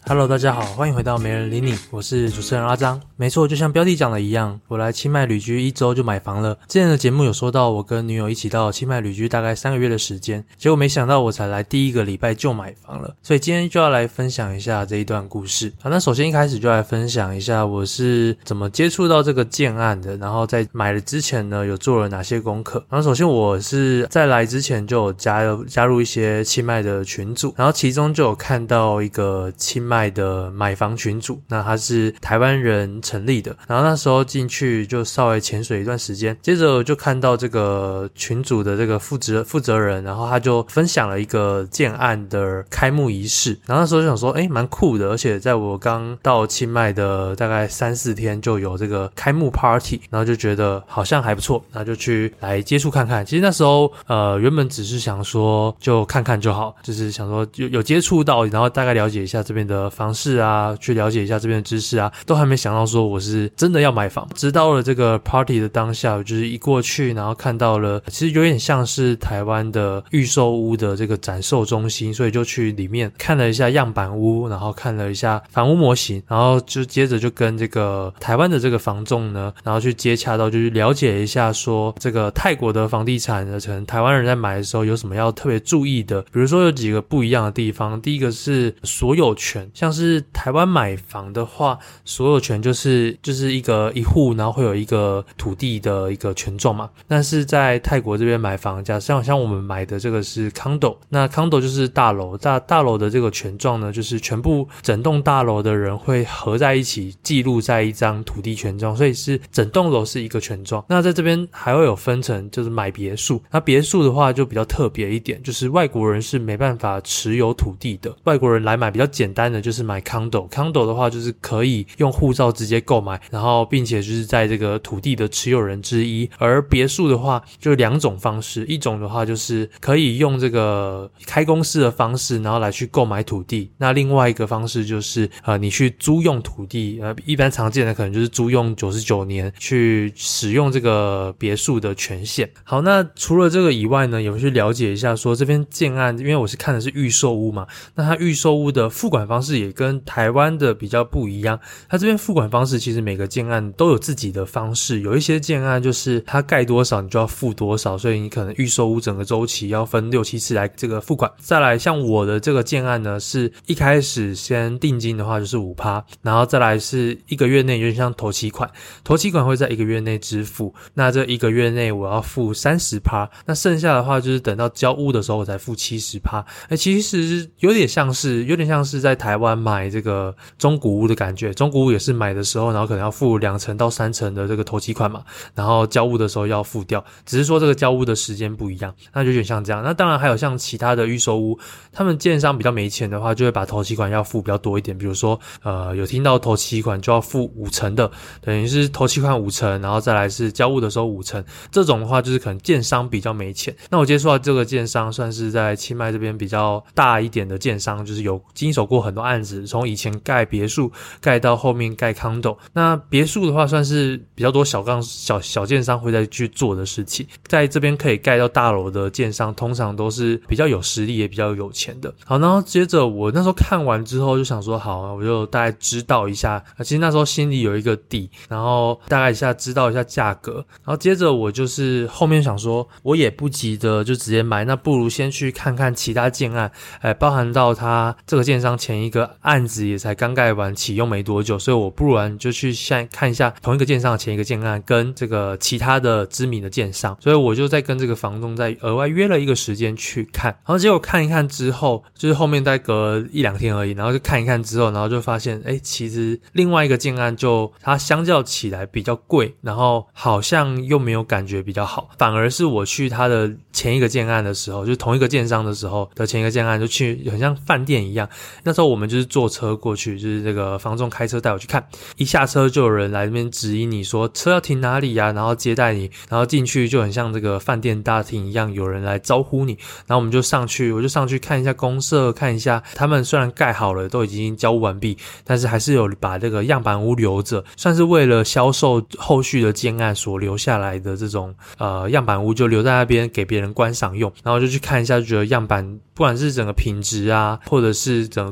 Hello， 大家好，欢迎回到没人理你，我是主持人阿张。没错，就像标题讲的一样，我来清迈旅居1周就买房了。之前的节目有说到，我跟女友一起到清迈旅居大概3个月的时间，结果没想到我才来第1个礼拜就买房了，所以今天就要来分享一下这一段故事。好，那首先一开始就来分享一下我是怎么接触到这个建案的，然后在买了之前呢，有做了哪些功课。然后首先我是在来之前就有加入一些清迈的群组，然后其中就有看到一个清迈的买房群组，那他是台湾人成立的，然后那时候进去就稍微潜水一段时间，接着就看到这个群组的这个负责人，然后他就分享了一个建案的开幕仪式，然后那时候就想说蛮酷的，而且在我刚到清迈的大概3-4天就有这个开幕 party， 然后就觉得好像还不错，那就去来接触看看。其实那时候原本只是想说就看看就好，就是想说有接触到，然后大概了解一下这边的房市啊，去了解一下这边的知识啊，都还没想到说我是真的要买房。直到了这个 party 的当下，我就是一过去，然后看到了其实有点像是台湾的预售屋的这个展售中心，所以就去里面看了一下样板屋，然后看了一下房屋模型，然后就接着就跟这个台湾的这个房仲呢，然后去接洽到，就是了解一下说这个泰国的房地产呢，可能台湾人在买的时候有什么要特别注意的，比如说有几个不一样的地方。第一个是所有权，像是台湾买房的话，所有权就是一户，然后会有一个土地的一个权状嘛。但是在泰国这边买房，像我们买的这个是 condo， 那 condo 就是大楼，大楼的这个权状呢，就是全部整栋大楼的人会合在一起记录在一张土地权状，所以是整栋楼是一个权状。那在这边还会有分成，就是买别墅，那别墅的话就比较特别一点，就是外国人是没办法持有土地的，外国人来买比较简单的就是买 condo 的话就是可以用护照直接购买，然后并且就是在这个土地的持有人之一。而别墅的话就2种方式，一种的话就是可以用这个开公司的方式，然后来去购买土地，那另外一个方式就是你去租用土地，一般常见的可能就是租用99年去使用这个别墅的权限。好，那除了这个以外呢，有去了解一下说这边建案，因为我是看的是预售屋嘛，那它预售屋的付款方式也跟台湾的比较不一样，它这边付款方式其实每个建案都有自己的方式，有一些建案就是它盖多少你就要付多少，所以你可能预售屋整个周期要分6-7次来这个付款。再来像我的这个建案呢，是一开始先定金的话就是 5%， 然后再来是1个月内有点像头期款会在1个月内支付，那这1个月内我要付 30%， 那剩下的话就是等到交屋的时候我才付 70%。其实有点像是在台湾买这个中古屋的感觉，中古屋也是买的时候然后可能要付2成到3成的这个头期款嘛，然后交屋的时候要付掉，只是说这个交屋的时间不一样，那就有点像这样。那当然还有像其他的预售屋，他们建商比较没钱的话就会把头期款要付比较多一点，比如说有听到头期款就要付5成的，等于是头期款5成，然后再来是交屋的时候5成，这种的话就是可能建商比较没钱。那我接触到这个建商算是在清迈这边比较大一点的建商，就是有经手过很多案子，从以前盖别墅盖到后面盖 condo。 那别墅的话算是比较多小建商会再去做的事情，在这边可以盖到大楼的建商通常都是比较有实力也比较有钱的。好，然后接着我那时候看完之后就想说好，我就大概知道一下，其实那时候心里有一个底，然后大概知道一下价格，然后接着我就是后面想说我也不急着就直接买，那不如先去看看其他建案，包含到他这个建商前一个案子也才刚盖完启用没多久，所以我不然就去看一下同一个建商的前一个建案跟这个其他的知名的建商，所以我就再跟这个房东再额外约了一个时间去看。然后结果看一看之后，就是后面再隔1-2天而已，然后就看一看之后，然后就发现其实另外一个建案就它相较起来比较贵，然后好像又没有感觉比较好，反而是我去他的前一个建案的时候，就是同一个建商的时候的前一个建案，就去很像饭店一样，那时候我们就是坐车过去，就是这个房仲开车带我去看，一下车就有人来这边指引你说车要停哪里啊，然后接待你，然后进去就很像这个饭店大厅一样，有人来招呼你，然后我就上去看一下公社，看一下他们虽然盖好了都已经交屋完毕，但是还是有把这个样板屋留着，算是为了销售后续的建案所留下来的这种样板屋就留在那边给别人观赏用，然后就去看一下，就觉得样板不管是整个品质啊，或者是整个公社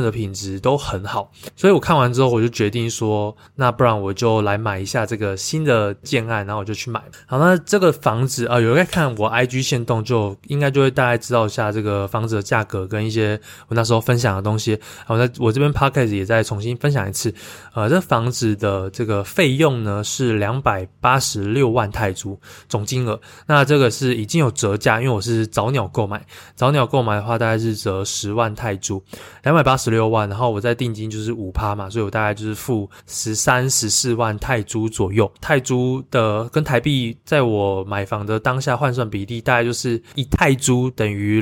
的品质都很好，所以我看完之后我就决定说，那不然我就来买一下这个新的建案，然后我就去买。好，那这个房子有在看我 IG 限动就应该就会大概知道一下这个房子的价格跟一些我那时候分享的东西。好，那我这边 Podcast 也再重新分享一次。这房子的这个费用呢是286万泰铢总金额，那这个是已经有折价，因为我是早鸟购买的话大概是折10万泰铢，286万，然后我在定金就是 5% 嘛，所以我大概就是付13、14万泰铢左右。泰铢的跟台币在我买房的当下换算比例大概就是1泰铢等于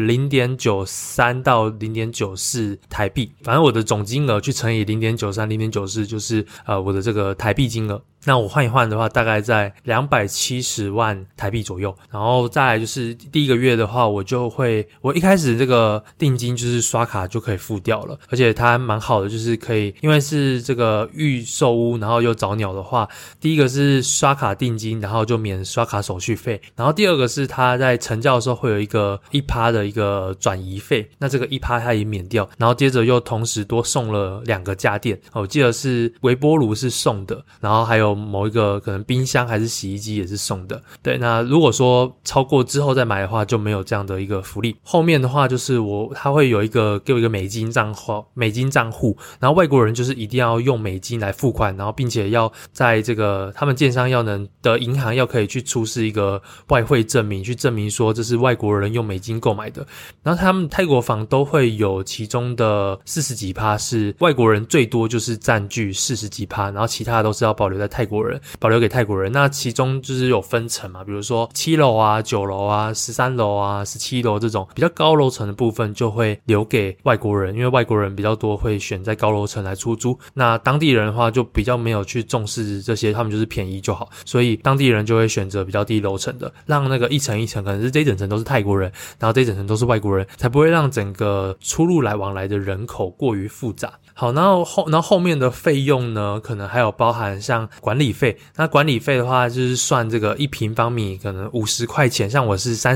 0.93 到 0.94 台币，反正我的总金额去乘以 0.93 0.94 就是我的这个台币金额。那我换一换的话大概在270万台币左右，然后再来就是第一个月的话我一开始这个定金就是刷卡就可以付掉了，而且它还蛮好的，就是可以因为是这个预售屋然后又早鸟的话，第一个是刷卡定金然后就免刷卡手续费，然后第二个是它在成交的时候会有一个 1% 的一个转移费，那这个 1% 它也免掉，然后接着又同时多送了2个家电，我记得是微波炉是送的，然后还有某一个可能冰箱还是洗衣机也是送的。对，那如果说超过之后再买的话就没有这样的一个福利。后面的话就是他会有给我一个美金账户，然后外国人就是一定要用美金来付款，然后并且要在这个他们建商的银行要可以去出示一个外汇证明，去证明说这是外国人用美金购买的。然后他们泰国房都会有其中的40几%是外国人最多就是占据40几%，然后其他的都是要保留给泰国人。那其中就是有分层嘛，比如说7楼啊、9楼啊、13楼啊、17楼这种比较高楼层的部分就会留给外国人，因为外国人比较多会选在高楼层来出租，那当地人的话就比较没有去重视这些，他们就是便宜就好，所以当地人就会选择比较低楼层的，让那个一层一层可能是这一整层都是泰国人，然后这一整层都是外国人，才不会让整个出入来往来的人口过于复杂。好，然后后面的费用呢，可能还有包含像管理费。那管理费的话，就是算这个1平方米可能50块钱，像我是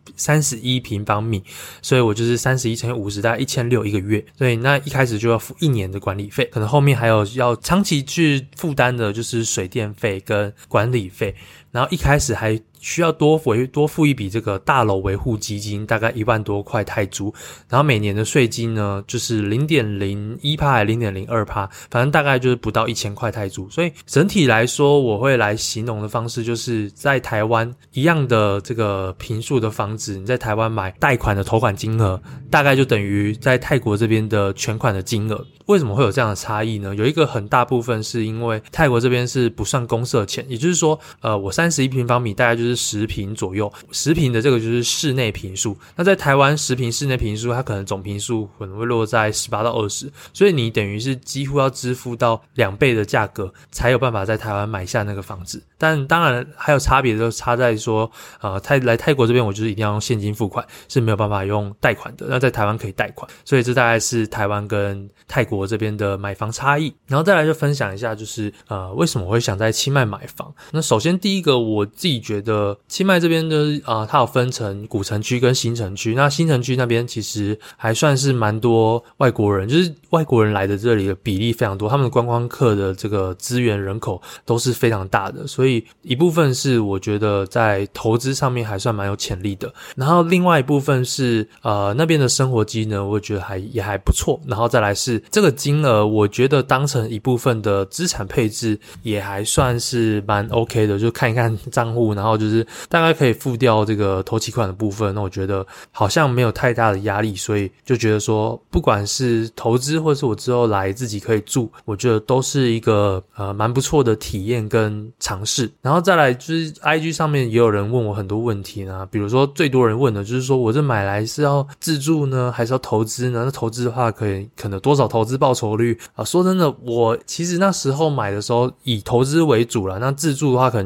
31平方米，所以我就是31乘以50，大概1600一个月。所以那一开始就要付1年的管理费，可能后面还有要长期去负担的就是水电费跟管理费，然后一开始还需要多付一笔这个大楼维护基金，大概1万多块泰铢，然后每年的税金呢就是 0.01% 还 0.02%， 反正大概就是不到1000块泰铢。所以整体来说我会来形容的方式就是在台湾一样的这个坪数的房子，你在台湾买贷款的头款金额大概就等于在泰国这边的全款的金额。为什么会有这样的差异呢？有一个很大部分是因为泰国这边是不算公设钱，也就是说我31平方米大概就是10平左右，10平的这个就是室内坪数，那在台湾10平室内坪数它可能总坪数可能会落在18到20，所以你等于是几乎要支付到2倍的价格才有办法在台湾买下那个房子。但当然还有差别，就差在说来泰国这边我就是一定要用现金付款，是没有办法用贷款的，那在台湾可以贷款，所以这大概是台湾跟泰国这边的买房差异。然后再来就分享一下就是为什么我会想在清迈买房。那首先第一个我自己觉得清迈这边的它有分成古城区跟新城区，那新城区那边其实还算是蛮多外国人，就是外国人来的这里的比例非常多，他们的观光客的这个资源人口都是非常大的，所以一部分是我觉得在投资上面还算蛮有潜力的，然后另外一部分是那边的生活机呢我觉得也还不错，然后再来是这个金额我觉得当成一部分的资产配置也还算是蛮 OK 的，就看一看账户，然后就是大概可以付掉这个头期款的部分，那我觉得好像没有太大的压力，所以就觉得说不管是投资或是我之后来自己可以住，我觉得都是一个蛮不错的体验跟尝试。然后再来就是 IG 上面也有人问我很多问题呢，比如说最多人问的就是说我这买来是要自住呢还是要投资呢？那投资的话可能多少投资报酬率说真的，我其实那时候买的时候以投资为主啦，那自住的话可能就是刚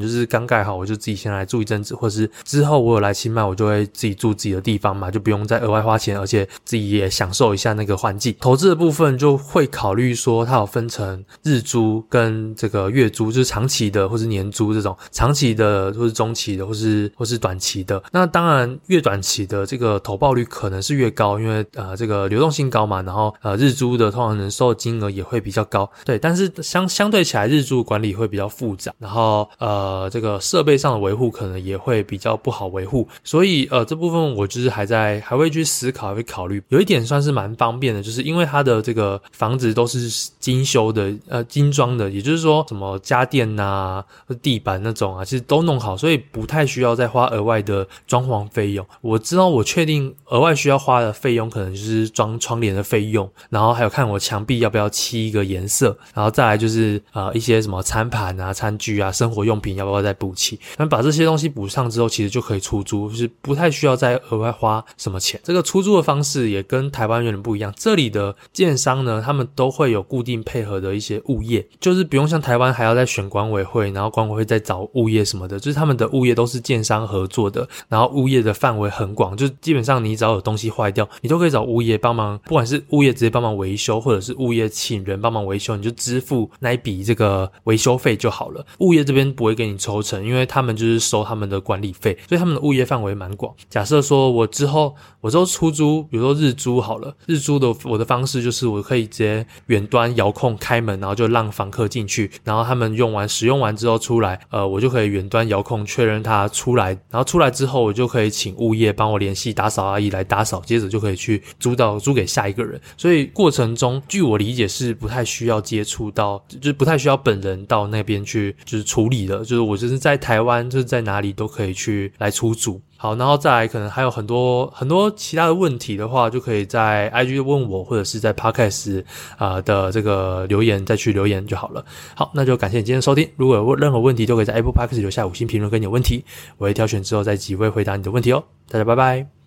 刚盖好，我就自己先来住一阵子，或是之后我有来清迈，我就会自己住自己的地方嘛，就不用再额外花钱，而且自己也享受一下那个环境。投资的部分就会考虑说它有分成日租跟这个月租，就是长期的或是年租这种，长期的或是中期的或是短期的。那当然越短期的这个投报率可能是越高，因为这个流动性高嘛，然后日租的通常能收的金额也会比较高。对，但是相对起来日租管理会比较复杂，然后这个设备上的维护可能也会比较不好维护，所以这部分我就是还会去思考，还会考虑。有一点算是蛮方便的，就是因为它的这个房子都是精修的精装的，也就是说什么家电啊地板那种啊其实都弄好，所以不太需要再花额外的装潢费用。我知道我确定额外需要花的费用可能就是装窗帘的费用，然后还有看我墙壁要不要漆一个颜色，然后再来就是一些什么餐盘啊餐具啊生活用品要不要再补漆。那把这些东西补上之后其实就可以出租，就是不太需要再额外花什么钱。这个出租的方式也跟台湾有点不一样，这里的建商呢他们都会有固定配合的一些物业，就是不用像台湾还要再选管委会，然后管委会再找物业什么的，就是他们的物业都是建商合作的，然后物业的范围很广，就基本上你只要有东西坏掉你都可以找物业帮忙，不管是物业直接帮忙维修，或者是物业请人帮忙维修，你就支付那一笔这个维修费就好了。物业这边不会给你抽成，因为他们就是收他们的管理费，所以他们的物业范围蛮广。假设说我之后出租，比如说日租好了，日租的我的方式就是我可以直接远端遥控开门，然后就让房客进去，然后他们使用完之后出来，我就可以远端遥控确认他出来，然后出来之后我就可以请物业帮我联系打扫阿姨来打扫，接着就可以去租给下一个人。所以过程中据我理解是不太需要接触到，就是不太需要本人到那边去就是处理的，就是我就是在台湾就是在哪里都可以去来出租。好，然后再来可能还有很多其他的问题的话，就可以在 IG 问我，或者是在 Podcast 的这个留言再去留言就好了。好，那就感谢你今天的收听，如果有任何问题都可以在 Apple Podcast 留下5星评论跟你的问题，我会挑选之后再几位回答你的问题哦。大家拜拜。